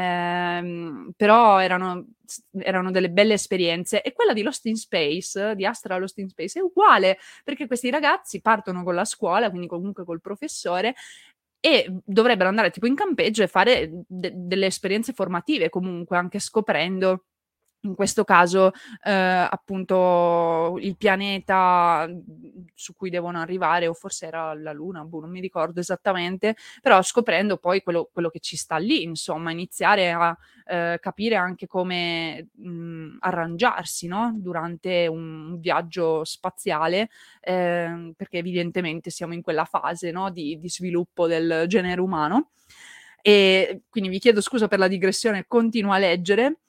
però erano delle belle esperienze. E quella di Lost in Space, di Astra Lost in Space, è uguale, perché questi ragazzi partono con la scuola, quindi comunque col professore, e dovrebbero andare tipo in campeggio e fare delle esperienze formative comunque, anche scoprendo in questo caso, appunto il pianeta, su cui devono arrivare, o forse era la Luna, boh, non mi ricordo esattamente, però scoprendo poi quello che ci sta lì, insomma, iniziare a, capire anche come, arrangiarsi, no, durante un viaggio spaziale, perché evidentemente siamo in quella fase, no, di sviluppo del genere umano. E quindi vi chiedo scusa per la digressione, continuo a leggere.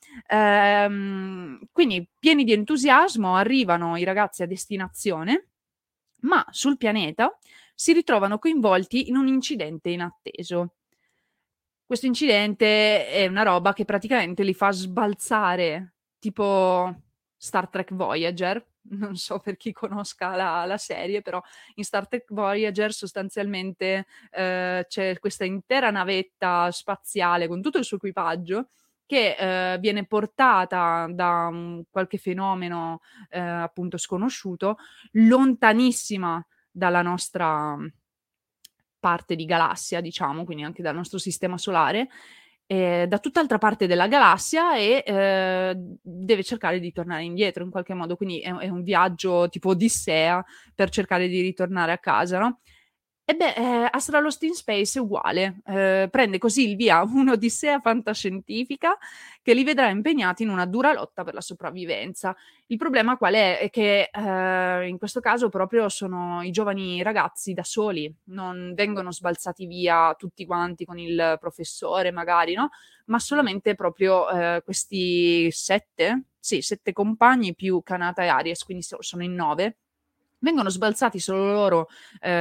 Quindi pieni di entusiasmo arrivano i ragazzi a destinazione, ma sul pianeta si ritrovano coinvolti in un incidente inatteso. Questo incidente è una roba che praticamente li fa sbalzare, tipo Star Trek Voyager. Non so per chi conosca la serie, però in Star Trek Voyager sostanzialmente c'è questa intera navetta spaziale con tutto il suo equipaggio che viene portata da qualche fenomeno appunto sconosciuto, lontanissima dalla nostra parte di galassia, diciamo, quindi anche dal nostro sistema solare, da tutt'altra parte della galassia e, deve cercare di tornare indietro in qualche modo, quindi è un viaggio tipo Odissea per cercare di ritornare a casa, no? E beh, Astra Lost in Space è uguale, prende così il via un'odissea fantascientifica che li vedrà impegnati in una dura lotta per la sopravvivenza. Il problema qual è? È che, in questo caso proprio sono i giovani ragazzi da soli, non vengono sbalzati via tutti quanti con il professore magari, no, ma solamente proprio, questi 7? Sì, 7 compagni più Kanata e Aries, quindi sono in 9. Vengono sbalzati solo loro,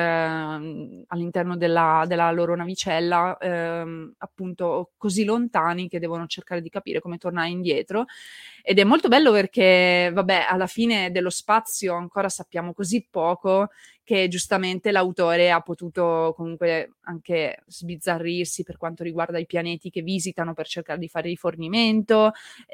all'interno della loro navicella, appunto così lontani che devono cercare di capire come tornare indietro. Ed è molto bello perché, vabbè, alla fine dello spazio ancora sappiamo così poco che giustamente l'autore ha potuto comunque anche sbizzarrirsi per quanto riguarda i pianeti che visitano per cercare di fare rifornimento,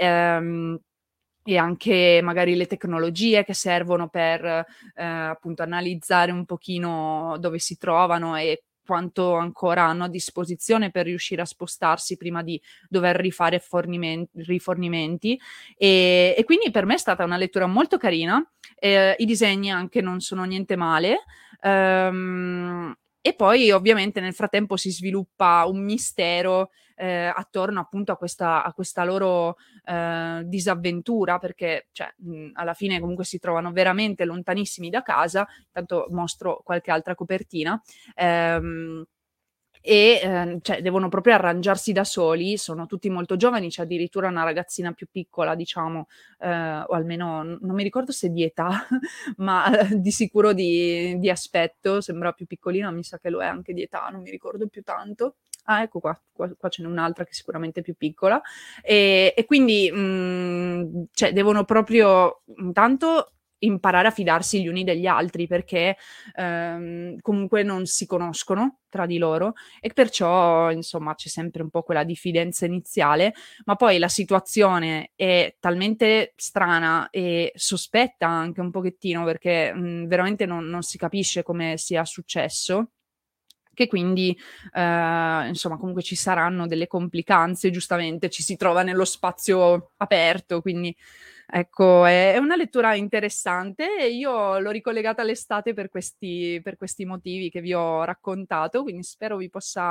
e anche magari le tecnologie che servono per, appunto analizzare un pochino dove si trovano e quanto ancora hanno a disposizione per riuscire a spostarsi prima di dover rifare rifornimenti. E quindi per me è stata una lettura molto carina, i disegni anche non sono niente male, e poi ovviamente nel frattempo si sviluppa un mistero, attorno appunto a questa loro disavventura, perché cioè, alla fine comunque si trovano veramente lontanissimi da casa. Intanto mostro qualche altra copertina. Cioè devono proprio arrangiarsi da soli, sono tutti molto giovani, c'è addirittura una ragazzina più piccola, diciamo, o almeno non mi ricordo se di età, ma di sicuro di aspetto, sembra più piccolina, mi sa che lo è anche di età, non mi ricordo più tanto. Ah, ecco qua ce n'è un'altra che è sicuramente più piccola. E quindi, cioè devono proprio intanto imparare a fidarsi gli uni degli altri perché, comunque non si conoscono tra di loro e perciò, insomma, c'è sempre un po' quella diffidenza iniziale, ma poi la situazione è talmente strana e sospetta anche un pochettino perché, veramente non si capisce come sia successo, che quindi, insomma, comunque ci saranno delle complicanze, giustamente ci si trova nello spazio aperto, quindi ecco, è una lettura interessante e io l'ho ricollegata all'estate per questi motivi che vi ho raccontato, quindi spero vi possa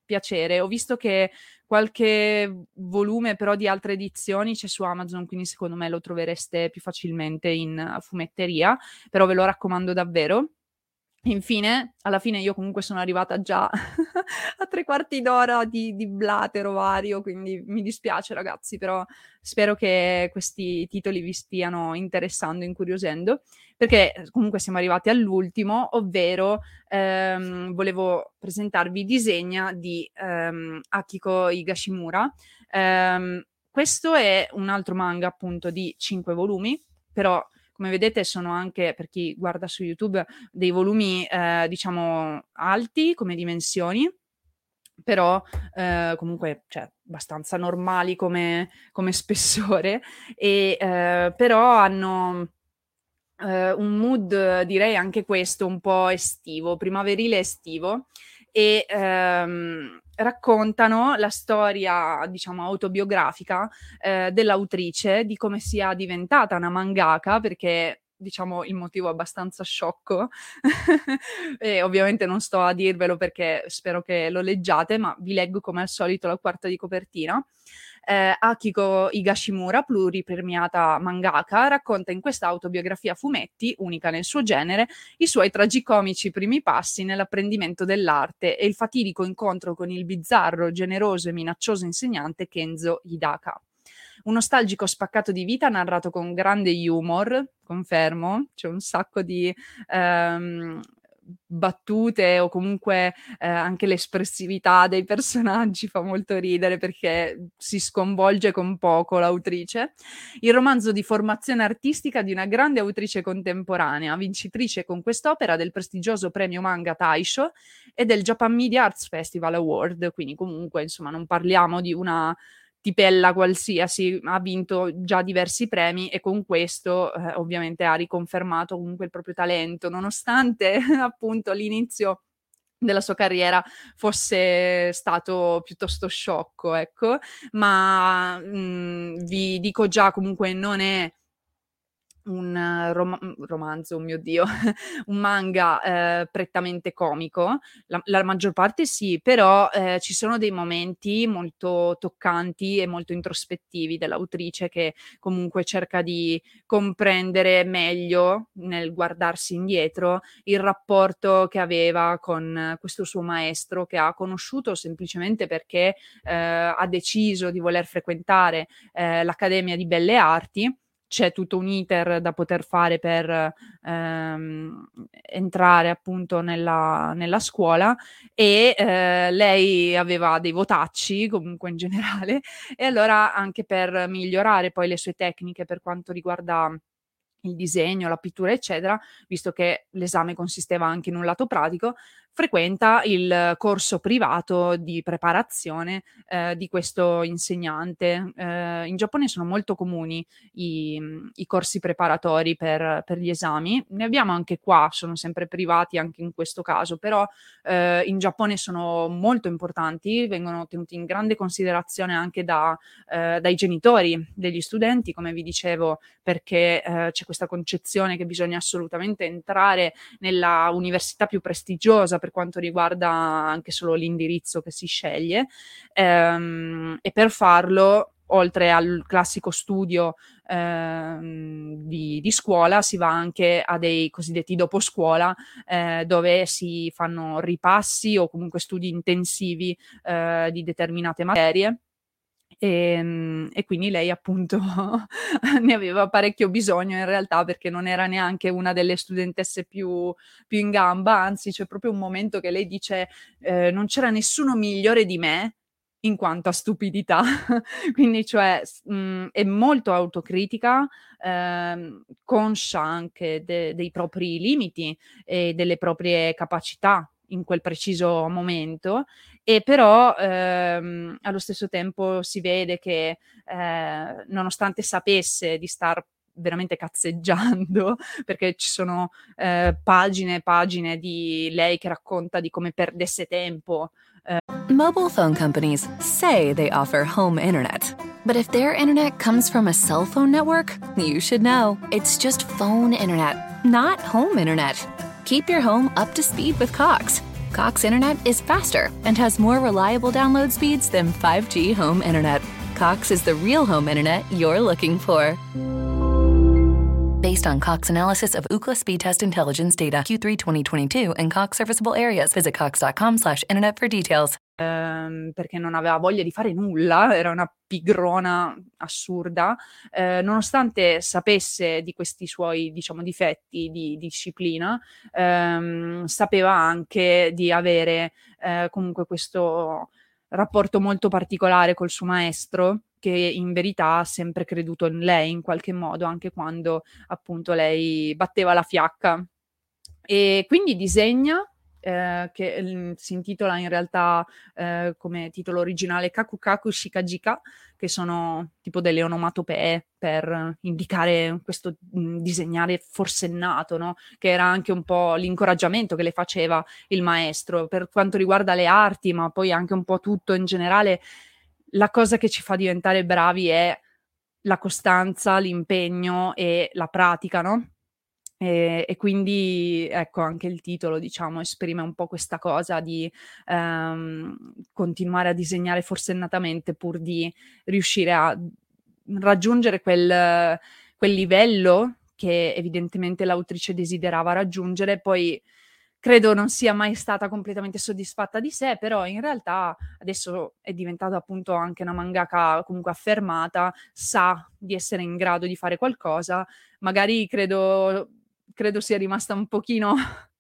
piacere. Ho visto che qualche volume però di altre edizioni c'è su Amazon, quindi secondo me lo trovereste più facilmente in fumetteria, però ve lo raccomando davvero. Infine, alla fine io comunque sono arrivata già a 3/4 d'ora di blatero vario, quindi mi dispiace ragazzi, però spero che questi titoli vi stiano interessando, incuriosendo, perché comunque siamo arrivati all'ultimo, ovvero volevo presentarvi Disegna di Akiko Higashimura. Questo è un altro manga appunto di 5 volumi, però come vedete sono anche, per chi guarda su YouTube, dei volumi diciamo alti come dimensioni, però comunque cioè, abbastanza normali come spessore, e però hanno un mood, direi anche questo, un po' estivo, primaverile estivo, e raccontano la storia, diciamo, autobiografica dell'autrice, di come sia diventata una mangaka, perché diciamo il motivo è abbastanza sciocco e ovviamente non sto a dirvelo perché spero che lo leggiate, ma vi leggo come al solito la quarta di copertina. Akiko Higashimura, pluripremiata mangaka, racconta in questa autobiografia a fumetti, unica nel suo genere, i suoi tragicomici primi passi nell'apprendimento dell'arte e il fatidico incontro con il bizzarro, generoso e minaccioso insegnante Kenzo Hidaka. Un nostalgico spaccato di vita narrato con grande humor, confermo, c'è un sacco di battute o comunque anche l'espressività dei personaggi fa molto ridere perché si sconvolge con poco l'autrice. Il romanzo di formazione artistica di una grande autrice contemporanea, vincitrice con quest'opera del prestigioso premio manga Taisho e del Japan Media Arts Festival Award, quindi comunque insomma non parliamo di una tipella qualsiasi, ha vinto già diversi premi e con questo ovviamente ha riconfermato comunque il proprio talento, nonostante appunto l'inizio della sua carriera fosse stato piuttosto sciocco, ecco, ma vi dico già comunque non è un romanzo, oh mio Dio, un manga prettamente comico, la maggior parte sì, però ci sono dei momenti molto toccanti e molto introspettivi dell'autrice che comunque cerca di comprendere meglio, nel guardarsi indietro, il rapporto che aveva con questo suo maestro che ha conosciuto semplicemente perché ha deciso di voler frequentare l'Accademia di Belle Arti. C'è tutto un iter da poter fare per entrare appunto nella scuola e lei aveva dei votacci comunque in generale, e allora anche per migliorare poi le sue tecniche per quanto riguarda il disegno, la pittura eccetera, visto che l'esame consisteva anche in un lato pratico, frequenta il corso privato di preparazione di questo insegnante. In Giappone sono molto comuni i corsi preparatori per gli esami, ne abbiamo anche qua, sono sempre privati anche in questo caso, però in Giappone sono molto importanti, vengono tenuti in grande considerazione anche dai genitori degli studenti, come vi dicevo, perché c'è questa concezione che bisogna assolutamente entrare nella università più prestigiosa per quanto riguarda anche solo l'indirizzo che si sceglie, e per farlo, oltre al classico studio di scuola, si va anche a dei cosiddetti doposcuola, dove si fanno ripassi o comunque studi intensivi di determinate materie. E quindi lei appunto ne aveva parecchio bisogno in realtà, perché non era neanche una delle studentesse più in gamba, anzi c'è proprio un momento che lei dice non c'era nessuno migliore di me in quanto a stupidità, quindi cioè è molto autocritica, conscia anche dei propri limiti e delle proprie capacità in quel preciso momento, e però allo stesso tempo si vede che nonostante sapesse di star veramente cazzeggiando, perché ci sono pagine e pagine di lei che racconta di come perdesse tempo. Mobile phone companies say they offer home internet. But if their internet comes from a cell phone network, you should know. It's just phone internet, not home internet. Keep your home up to speed with Cox. Cox Internet is faster and has more reliable download speeds than 5G home internet. Cox is the real home internet you're looking for. Based on Cox analysis of Ookla speed test intelligence data Q3 2022 and Cox serviceable areas, visit cox.com/internet for details. Perché non aveva voglia di fare nulla, era una pigrona assurda, nonostante sapesse di questi suoi, diciamo, difetti di disciplina, sapeva anche di avere comunque questo rapporto molto particolare col suo maestro, che in verità ha sempre creduto in lei in qualche modo, anche quando appunto lei batteva la fiacca. E quindi disegna, che si intitola in realtà come titolo originale Kakukaku Shikajika, che sono tipo delle onomatopee per indicare questo disegnare forsennato, no? Che era anche un po' l'incoraggiamento che le faceva il maestro per quanto riguarda le arti, ma poi anche un po' tutto in generale. La cosa che ci fa diventare bravi è la costanza, l'impegno e la pratica, no? E quindi ecco, anche il titolo, diciamo, esprime un po' questa cosa di continuare a disegnare forsennatamente pur di riuscire a raggiungere quel livello che evidentemente l'autrice desiderava raggiungere. Poi credo non sia mai stata completamente soddisfatta di sé, però in realtà adesso è diventata appunto anche una mangaka comunque affermata, sa di essere in grado di fare qualcosa. Magari credo sia rimasta un pochino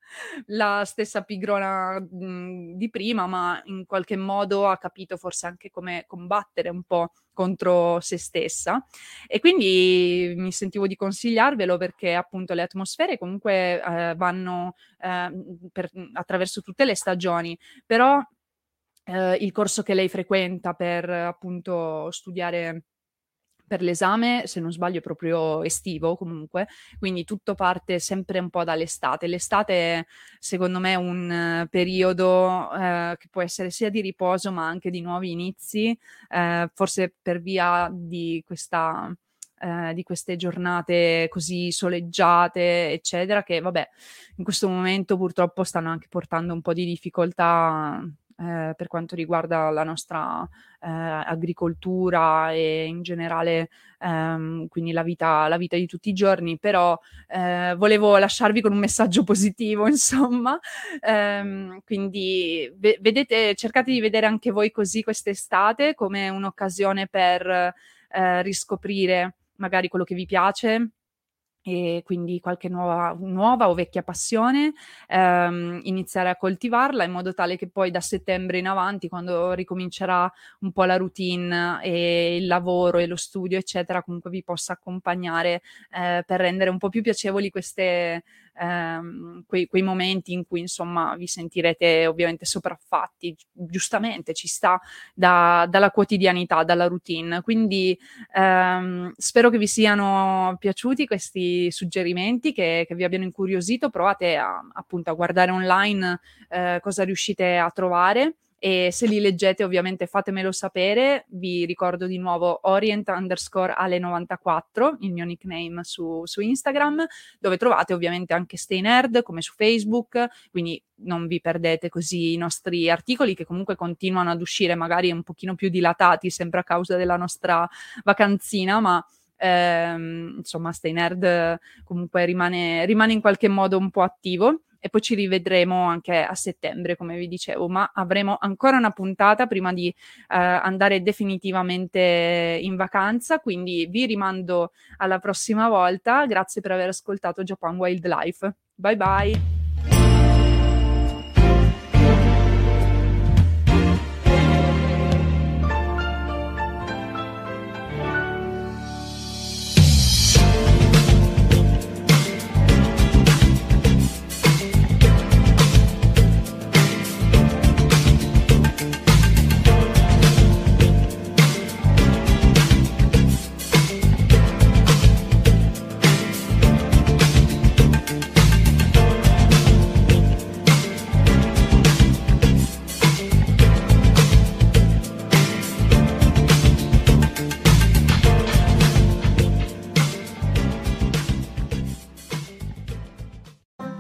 la stessa pigrona di prima, ma in qualche modo ha capito forse anche come combattere un po' contro se stessa, e quindi mi sentivo di consigliarvelo perché appunto le atmosfere comunque vanno attraverso tutte le stagioni, però il corso che lei frequenta per appunto studiare per l'esame, se non sbaglio, è proprio estivo comunque, quindi tutto parte sempre un po' dall'estate. L'estate è, secondo me, un periodo che può essere sia di riposo ma anche di nuovi inizi, forse per via di queste giornate così soleggiate, eccetera, che vabbè, in questo momento purtroppo stanno anche portando un po' di difficoltà per quanto riguarda la nostra agricoltura e in generale quindi la vita di tutti i giorni, però volevo lasciarvi con un messaggio positivo, insomma, quindi vedete, cercate di vedere anche voi così quest'estate come un'occasione per riscoprire magari quello che vi piace, e quindi qualche nuova o vecchia passione, iniziare a coltivarla in modo tale che poi da settembre in avanti, quando ricomincerà un po' la routine e il lavoro e lo studio, eccetera, comunque vi possa accompagnare per rendere un po' più piacevoli quei momenti in cui insomma vi sentirete ovviamente sopraffatti. Giustamente ci sta dalla quotidianità, dalla routine, quindi spero che vi siano piaciuti questi suggerimenti, che vi abbiano incuriosito. Provate appunto a guardare online cosa riuscite a trovare, e se li leggete ovviamente fatemelo sapere. Vi ricordo di nuovo Orient_Ale94, il mio nickname su Instagram, dove trovate ovviamente anche Stay Nerd come su Facebook, quindi non vi perdete così i nostri articoli, che comunque continuano ad uscire, magari un pochino più dilatati sempre a causa della nostra vacanzina, ma insomma Stay Nerd comunque rimane in qualche modo un po' attivo. E poi ci rivedremo anche a settembre, come vi dicevo, ma avremo ancora una puntata prima di andare definitivamente in vacanza, quindi vi rimando alla prossima volta. Grazie per aver ascoltato Japan Wildlife. Bye bye!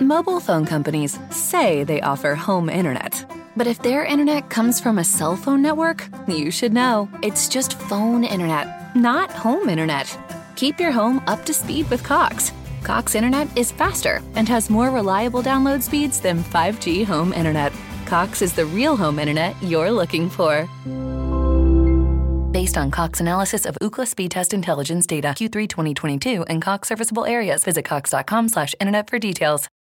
Mobile phone companies say they offer home internet. But if their internet comes from a cell phone network, you should know. It's just phone internet, not home internet. Keep your home up to speed with Cox. Cox Internet is faster and has more reliable download speeds than 5G home internet. Cox is the real home internet you're looking for. Based on Cox analysis of Ookla speed test intelligence data Q3 2022 and Cox serviceable areas, visit cox.com/internet for details.